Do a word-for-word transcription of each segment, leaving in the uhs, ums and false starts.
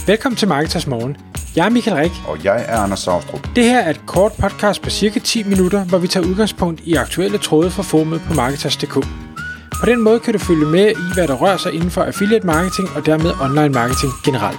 Velkommen til Marketers Morgen. Jeg er Michael Rik. Og jeg er Anders Saustrup. Det her er et kort podcast på cirka ti minutter, hvor vi tager udgangspunkt i aktuelle tråde fra forumet på Marketers punktum d k. På den måde kan du følge med i, hvad der rører sig inden for affiliate marketing og dermed online marketing generelt.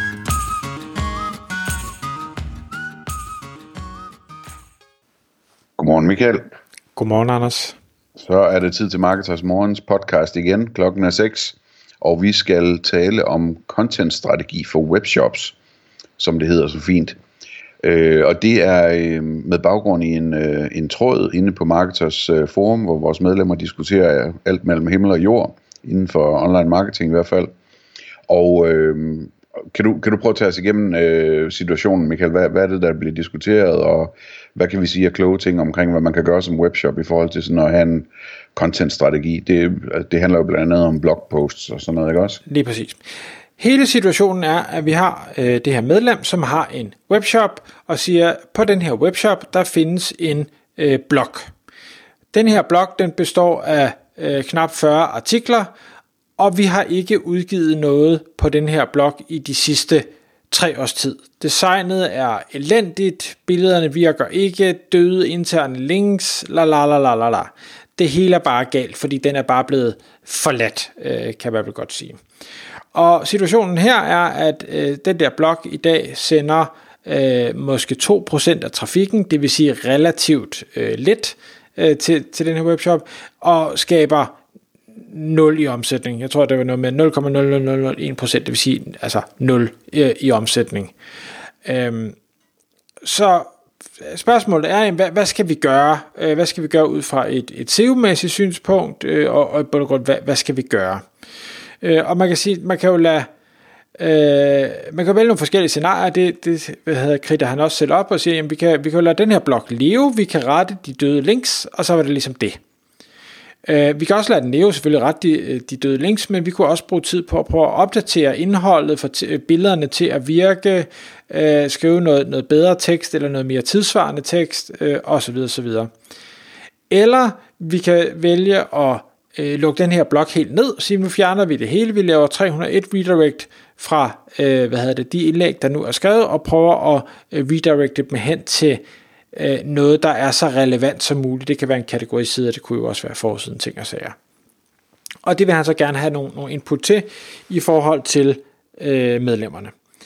Godmorgen Michael. Godmorgen Anders. Så er det tid til Marketers Morgens podcast igen. Klokken er seks, og vi skal tale om content-strategi for webshops, som det hedder så fint. Øh, og det er øh, med baggrund i en, øh, en tråd inde på Marketers øh, forum, hvor vores medlemmer diskuterer alt mellem himmel og jord, inden for online marketing i hvert fald. Og øh, kan, du, kan du prøve at tage os igennem øh, situationen, Michael? Hvad, hvad er det, der bliver diskuteret, og hvad kan vi sige af kloge ting omkring, hvad man kan gøre som webshop i forhold til sådan at have en content-strategi? Det, det handler jo blandt andet om blogposts og sådan noget, ikke også? Lige præcis. Hele situationen er, at vi har øh, det her medlem, som har en webshop, og siger, på den her webshop, der findes en øh, blog. Den her blog, den består af øh, knap fyrre artikler, og vi har ikke udgivet noget på den her blog i de sidste tre års tid. Designet er elendigt, billederne virker ikke, døde interne links, la la la la la la. Det hele er bare galt, fordi den er bare blevet forladt, øh, kan man vel godt sige. Og situationen her er, at øh, den der blog i dag sender øh, måske to procent af trafikken, det vil sige relativt øh, lidt øh, til, til den her webshop, og skaber nul i omsætning. Jeg tror, det var noget med nul komma nul nul nul en procent, det vil sige altså nul øh, i omsætning. Øhm, så spørgsmålet er, hvad, hvad skal vi gøre? Øh, hvad skal vi gøre ud fra et, et S E O-mæssigt synspunkt, øh, og, og i bund og grund, hvad, hvad skal vi gøre? Øh, og man kan sige, man kan jo lade, øh, man kan vælge nogle forskellige scenarier. Det, det hvad hedder, kritter han også selv op og siger, jamen vi kan, vi kan jo lade den her blog leve, vi kan rette de døde links, og så var det ligesom det. Øh, vi kan også lade den leve, selvfølgelig rette de, de døde links, men vi kunne også bruge tid på at prøve at opdatere indholdet for t- billederne til at virke, øh, skrive noget, noget bedre tekst, eller noget mere tidsvarende tekst, øh, osv. osv. Eller vi kan vælge at Øh, lukke den her blog helt ned, og sige, nu fjerner vi det hele, vi laver tre hundrede og en redirect fra øh, hvad hedder det, de indlæg, der nu er skrevet, og prøver at øh, redirecte dem hen til øh, noget, der er så relevant som muligt. Det kan være en kategoriside, og det kunne jo også være forsiden, ting og sager. Og det vil han så gerne have nogle, nogle input til i forhold til øh, medlemmerne.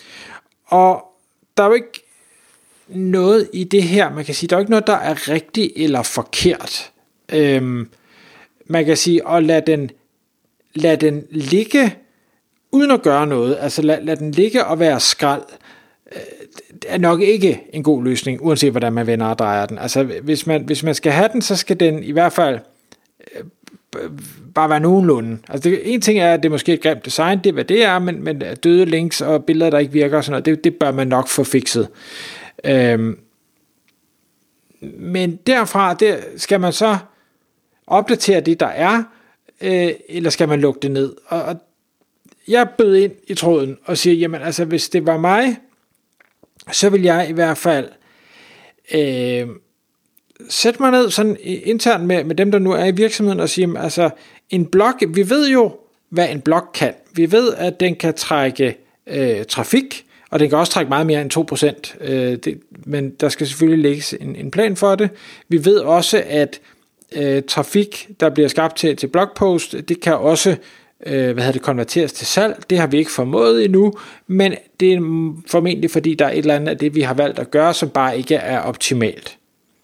Og der er jo ikke noget i det her, man kan sige, der er jo ikke noget, der er rigtigt eller forkert. Øhm, Man kan sige, at lad den, lad den ligge uden at gøre noget, altså lad, lad den ligge og være skrald, det er nok ikke en god løsning, uanset hvordan man vender og drejer den. Altså hvis man, hvis man skal have den, så skal den i hvert fald bare være nogenlunde. Altså det, en ting er, at det er måske et grimt design, det er hvad det er, men, men døde links og billeder, der ikke virker og sådan noget, det, det bør man nok få fikset. Øhm, men derfra der skal man så opdatere det, der er, øh, eller skal man lukke det ned? Og, og jeg bød ind i tråden og siger, jamen altså, hvis det var mig, så vil jeg i hvert fald øh, sætte mig ned sådan internt med, med dem, der nu er i virksomheden, og sige, jamen, altså, en blog, vi ved jo, hvad en blog kan. Vi ved, at den kan trække øh, trafik, og den kan også trække meget mere end to procent, øh, det, men der skal selvfølgelig lægges en, en plan for det. Vi ved også, at Øh, trafik, der bliver skabt til, til blogpost, det kan også øh, hvad hedder det, konverteres til salg. Det har vi ikke formået endnu, men det er formentlig fordi, der er et eller andet af det, vi har valgt at gøre, som bare ikke er optimalt.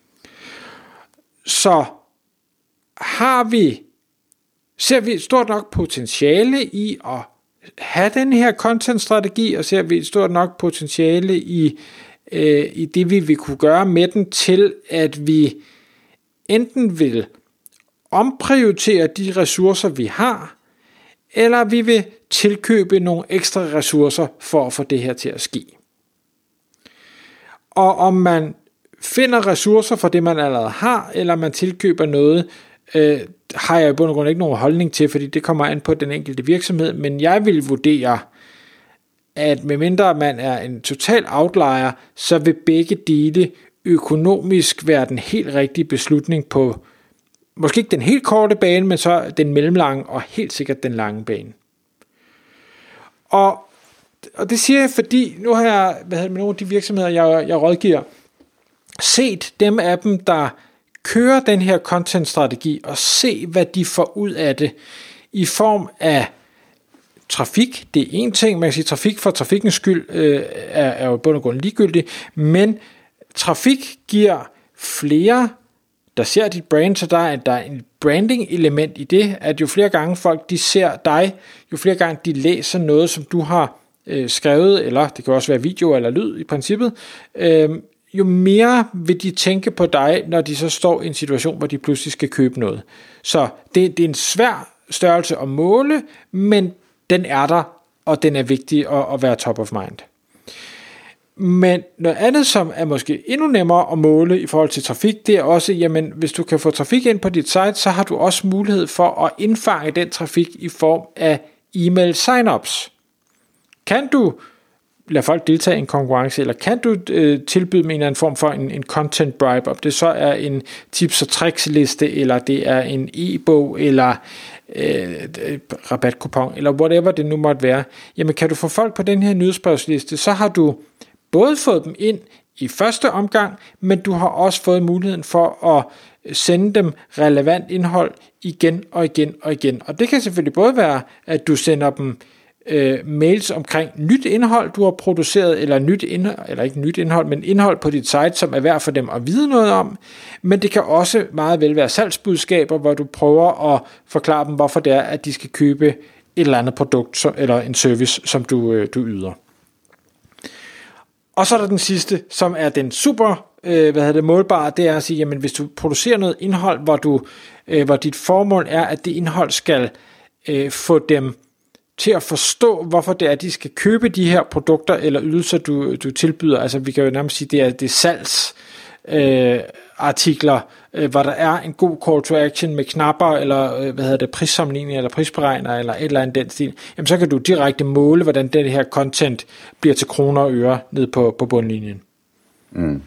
Så har vi, ser vi et stort nok potentiale i at have den her content-strategi, og ser vi et stort nok potentiale i, øh, i det, vi vil kunne gøre med den, til at vi enten vil omprioritere de ressourcer, vi har, eller vi vil tilkøbe nogle ekstra ressourcer for at få det her til at ske. Og om man finder ressourcer for det, man allerede har, eller man tilkøber noget, øh, har jeg i bund og grund ikke nogen holdning til, fordi det kommer an på den enkelte virksomhed, men jeg vil vurdere, at medmindre man er en total outlier, så vil begge dele økonomisk være den helt rigtige beslutning på, måske ikke den helt korte bane, men så den mellemlange og helt sikkert den lange bane. Og og det siger jeg, fordi nu har jeg, hvad hedder det, med nogle af de virksomheder, jeg, jeg rådgiver, set dem af dem, der kører den her content-strategi, og se, hvad de får ud af det, i form af trafik. Det er en ting, man kan sige, trafik for trafikkens skyld øh, er, er jo bund og grund ligegyldigt, men trafik giver flere, der ser dit brand, så der er, der er en branding-element i det, at jo flere gange folk de ser dig, jo flere gange de læser noget, som du har øh, skrevet, eller det kan også være video eller lyd i princippet, øh, jo mere vil de tænke på dig, når de så står i en situation, hvor de pludselig skal købe noget. Så det, det er en svær størrelse at måle, men den er der, og den er vigtig at, at være top of mind. Men noget andet, som er måske endnu nemmere at måle i forhold til trafik, det er også, jamen hvis du kan få trafik ind på dit site, så har du også mulighed for at indfange den trafik i form af e-mail sign-ups. Kan du lade folk deltage i en konkurrence, eller kan du øh, tilbyde med en eller anden form for en, en content bribe, om det så er en tips og tricks liste, eller det er en e-bog, eller øh, rabatkupon, eller whatever det nu måtte være, jamen kan du få folk på den her nyhedsbrevsliste, så har du både fået dem ind i første omgang, men du har også fået muligheden for at sende dem relevant indhold igen og igen og igen. Og det kan selvfølgelig både være, at du sender dem øh, mails omkring nyt indhold, du har produceret, eller nyt indhold, eller ikke nyt indhold, men indhold på dit site, som er værd for dem at vide noget om. Men det kan også meget vel være salgsbudskaber, hvor du prøver at forklare dem, hvorfor det er, at de skal købe et eller andet produkt, eller en service, som du, øh, du yder. Og så er der den sidste, som er den super øh, hvad hedder det, målbare, det er at sige, jamen hvis du producerer noget indhold, hvor, du, øh, hvor dit formål er, at det indhold skal øh, få dem til at forstå, hvorfor det er, at de skal købe de her produkter eller ydelser, du, du tilbyder. Altså vi kan jo nærmest sige, det er, det er salgs øh, artikler, øh, hvor der er en god call to action med knapper, eller øh, hvad hedder det, prissammenligning, eller prisberegner, eller et eller andet den stil, jamen så kan du direkte måle, hvordan det her content bliver til kroner og øre ned på, på bundlinjen. Mm.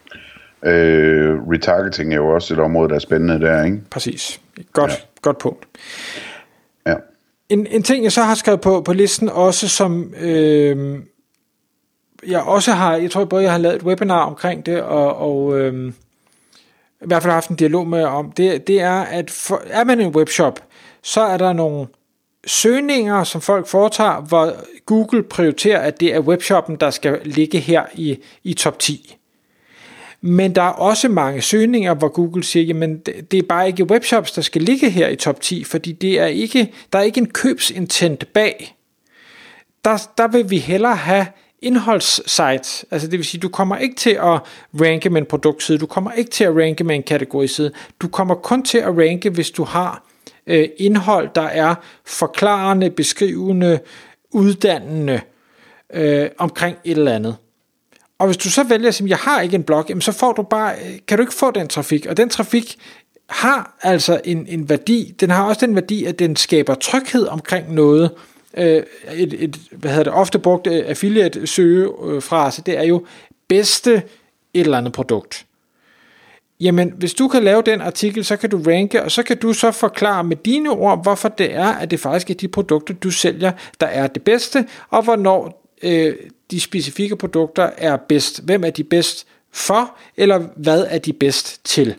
Øh, retargeting er jo også et område, der er spændende der, ikke? Præcis. Godt, ja. Godt punkt. Ja. En, en ting, jeg så har skrevet på, på listen også, som øh, jeg også har, jeg tror både, jeg har lavet et webinar omkring det, og, og øh, i hvert fald har haft en dialog med om, det, det er, at for, er man en webshop, så er der nogle søgninger, som folk foretager, hvor Google prioriterer, at det er webshoppen, der skal ligge her i, i top ti. Men der er også mange søgninger, hvor Google siger, jamen det er bare ikke webshops, der skal ligge her i top ti, fordi det er ikke, der er ikke en købsintent bag. Der, der vil vi hellere have indholdssites, altså det vil sige, du kommer ikke til at ranke med en produktside, du kommer ikke til at ranke med en kategoriside, du kommer kun til at ranke, hvis du har øh, indhold, der er forklarende, beskrivende, uddannende øh, omkring et eller andet. Og hvis du så vælger at sige, jeg har ikke en blog, jamen så får du bare, kan du ikke få den trafik, og den trafik har altså en, en værdi, den har også den værdi, at den skaber tryghed omkring noget. Et, et, hvad hedder det, ofte brugt affiliate søgefrase, det er jo bedste et eller andet produkt. Jamen, hvis du kan lave den artikel, så kan du ranke, og så kan du så forklare med dine ord, hvorfor det er, at det faktisk er de produkter, du sælger, der er det bedste, og hvornår øh, de specifikke produkter er bedst. Hvem er de bedst for, eller hvad er de bedst til?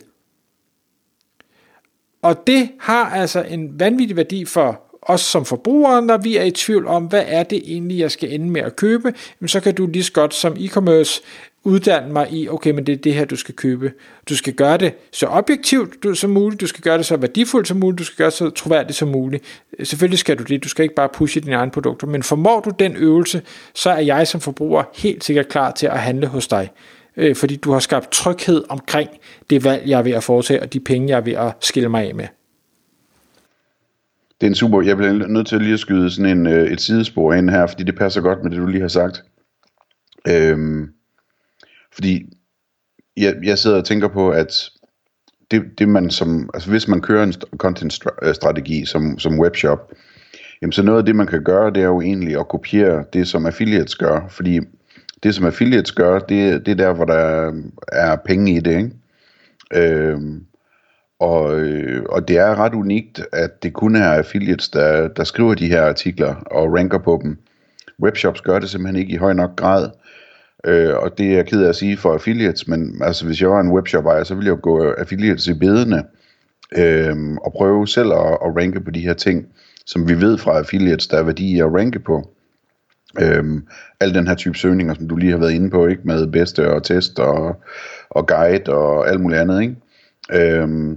Og det har altså en vanvittig værdi for os som forbrugere, når vi er i tvivl om, hvad er det egentlig, jeg skal ende med at købe, jamen, så kan du lige så godt som e-commerce uddanne mig i, okay, men det er det her, du skal købe. Du skal gøre det så objektivt som muligt, du skal gøre det så værdifuldt som muligt, du skal gøre det så troværdigt som muligt. Selvfølgelig skal du det, du skal ikke bare pushe dine egne produkter, men formår du den øvelse, så er jeg som forbruger helt sikkert klar til at handle hos dig, øh, fordi du har skabt tryghed omkring det valg, jeg er ved at foretage, og de penge, jeg er ved at skille mig af med. Det er en super, jeg bliver nødt til lige at skyde sådan en, et sidespor ind her, fordi det passer godt med det, du lige har sagt. Øhm, fordi jeg, jeg sidder og tænker på, at det, det man som, altså hvis man kører en content-strategi som, som webshop, jamen så noget af det, man kan gøre, det er jo egentlig at kopiere det, som affiliates gør, fordi det, som affiliates gør, det, det er der, hvor der er penge i det, ikke? Øhm, Og, og det er ret unikt, at det kun er affiliates, der, der skriver de her artikler og ranker på dem. webshops gør det simpelthen ikke i høj nok grad. Øh, og det er jeg ked af at sige for affiliates, men altså hvis jeg var en webshop-ejer, så ville jeg jo gå affiliates i bedene øh, og prøve selv at, at ranke på de her ting, som vi ved fra affiliates, der er værdi at ranke på. Øhm, al den her type søgninger, som du lige har været inde på, ikke, med bedste og test og, og guide og alt muligt andet, ikke? Øhm,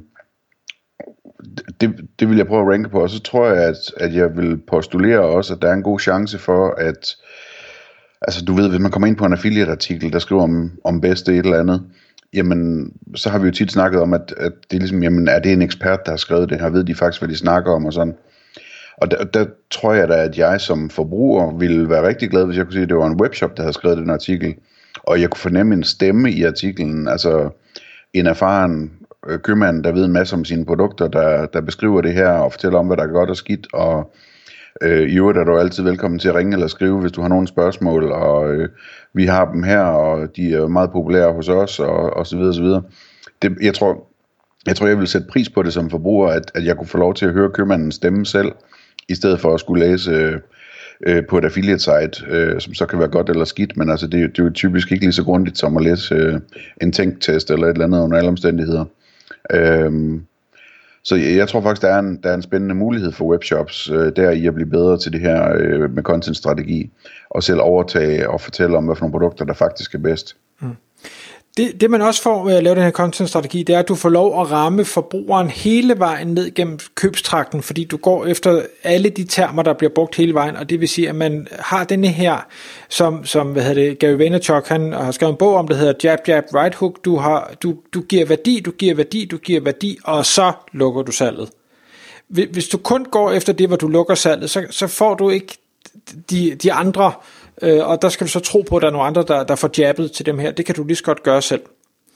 det, det vil jeg prøve at ranke på, og så tror jeg, at, at jeg vil postulere også, at der er en god chance for, at altså du ved, hvis man kommer ind på en affiliate-artikel, der skriver om, om bedste et eller andet, jamen, så har vi jo tit snakket om, at, at det er ligesom, jamen, er det en ekspert, der har skrevet det her, ved de faktisk, hvad de snakker om og sådan. Og der, der tror jeg da, at jeg som forbruger ville være rigtig glad, hvis jeg kunne sige, at det var en webshop, der havde skrevet den artikel, og jeg kunne fornemme en stemme i artiklen, altså en erfaren købmand, der ved en masse om sine produkter, der, der beskriver det her, og fortæller om, hvad der er godt og skidt, og øh, i øvrigt er du altid velkommen til at ringe eller skrive, hvis du har nogle spørgsmål, og øh, vi har dem her, og de er meget populære hos os, og, og så videre, og så videre. Det, jeg tror, jeg tror, jeg vil sætte pris på det som forbruger, at, at jeg kunne få lov til at høre købmandens stemme selv, i stedet for at skulle læse øh, på et affiliate-site, øh, som så kan være godt eller skidt, men altså, det, det er jo typisk ikke lige så grundigt som at læse øh, en tænktest eller et eller andet under alle omstændigheder. Øhm, så jeg, jeg tror faktisk, der er, en, der er en spændende mulighed for webshops, øh, der i at blive bedre til det her øh, med content-strategi, og selv overtage og fortælle om, hvad for nogle produkter, der faktisk er bedst. Mm. Det, det man også får ved at lave den her content-strategi, det er, at du får lov at ramme forbrugeren hele vejen ned gennem købstrakten, fordi du går efter alle de termer, der bliver brugt hele vejen, og det vil sige, at man har denne her, som, som hvad hedder det, Gary Vaynerchuk, han har skrevet en bog om, der hedder Jab, Jab, Right Hook. Du, har, du, du giver værdi, du giver værdi, du giver værdi, og så lukker du salget. Hvis du kun går efter det, hvor du lukker salget, så, så får du ikke de, de andre. Øh, og der skal du så tro på, at der er nogle andre, der, der får jabbet til dem her. Det kan du lige så godt gøre selv.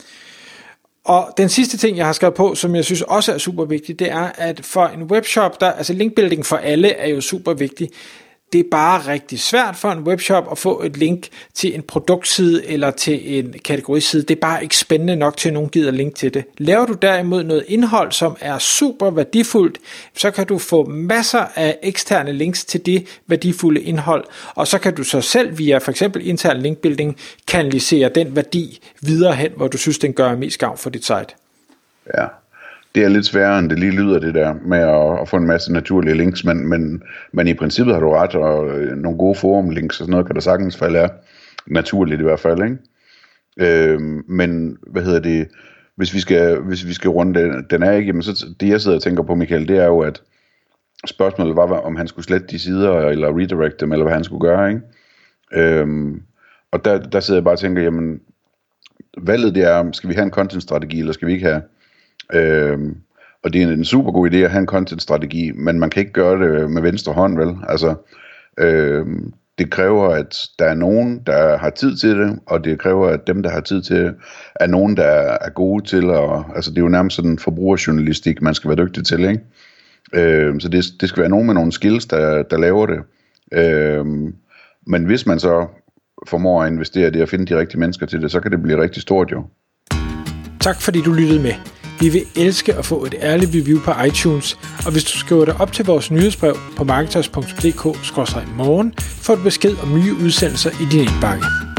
Og den sidste ting, jeg har skrevet på, som jeg synes også er super vigtigt, det er, at for en webshop, der, altså linkbuilding for alle er jo super vigtig. Det er bare rigtig svært for en webshop at få et link til en produktside eller til en kategoriside. Det er bare ikke spændende nok til, at nogen gider link til det. Laver du derimod noget indhold, som er super værdifuldt, så kan du få masser af eksterne links til det værdifulde indhold, og så kan du så selv via for eksempel intern linkbuilding kanalisere den værdi videre hen, hvor du synes, den gør mest gavn for dit site. Ja. Det er lidt sværere, end det lige lyder, det der med at, at få en masse naturlige links, men, men, men i princippet har du ret, og nogle gode forumlinks og sådan noget kan der sagtens falde af, naturligt i hvert fald, ikke? Øh, men, hvad hedder det, hvis vi skal, hvis vi skal runde den, den er ikke, jamen så det jeg sidder og tænker på, Michael, det er jo, at spørgsmålet var, om han skulle slette de sider, eller redirect dem, eller hvad han skulle gøre, ikke? Øh, og der, der sidder jeg bare og tænker, jamen, valget det er, skal vi have en content-strategi, eller skal vi ikke have? Øhm, og det er en super god idé at have en content-strategi, men man kan ikke gøre det med venstre hånd, vel? Altså, øhm, det kræver, at der er nogen, der har tid til det, og det kræver, at dem, der har tid til det, er nogen, der er gode til at, altså det er jo nærmest sådan en forbrugerjournalistik, man skal være dygtig til, ikke? Øhm, så det, det skal være nogen med nogle skills, der, der laver det. Øhm, men hvis man så formår at investere i det og finde de rigtige mennesker til det, så kan det blive rigtig stort jo. Tak fordi du lyttede med. Vi vil elske at få et ærligt review på iTunes, og hvis du skriver dig op til vores nyhedsbrev på marketers punktum d k skråstreg morgen, får du besked om nye udsendelser i din indbakke.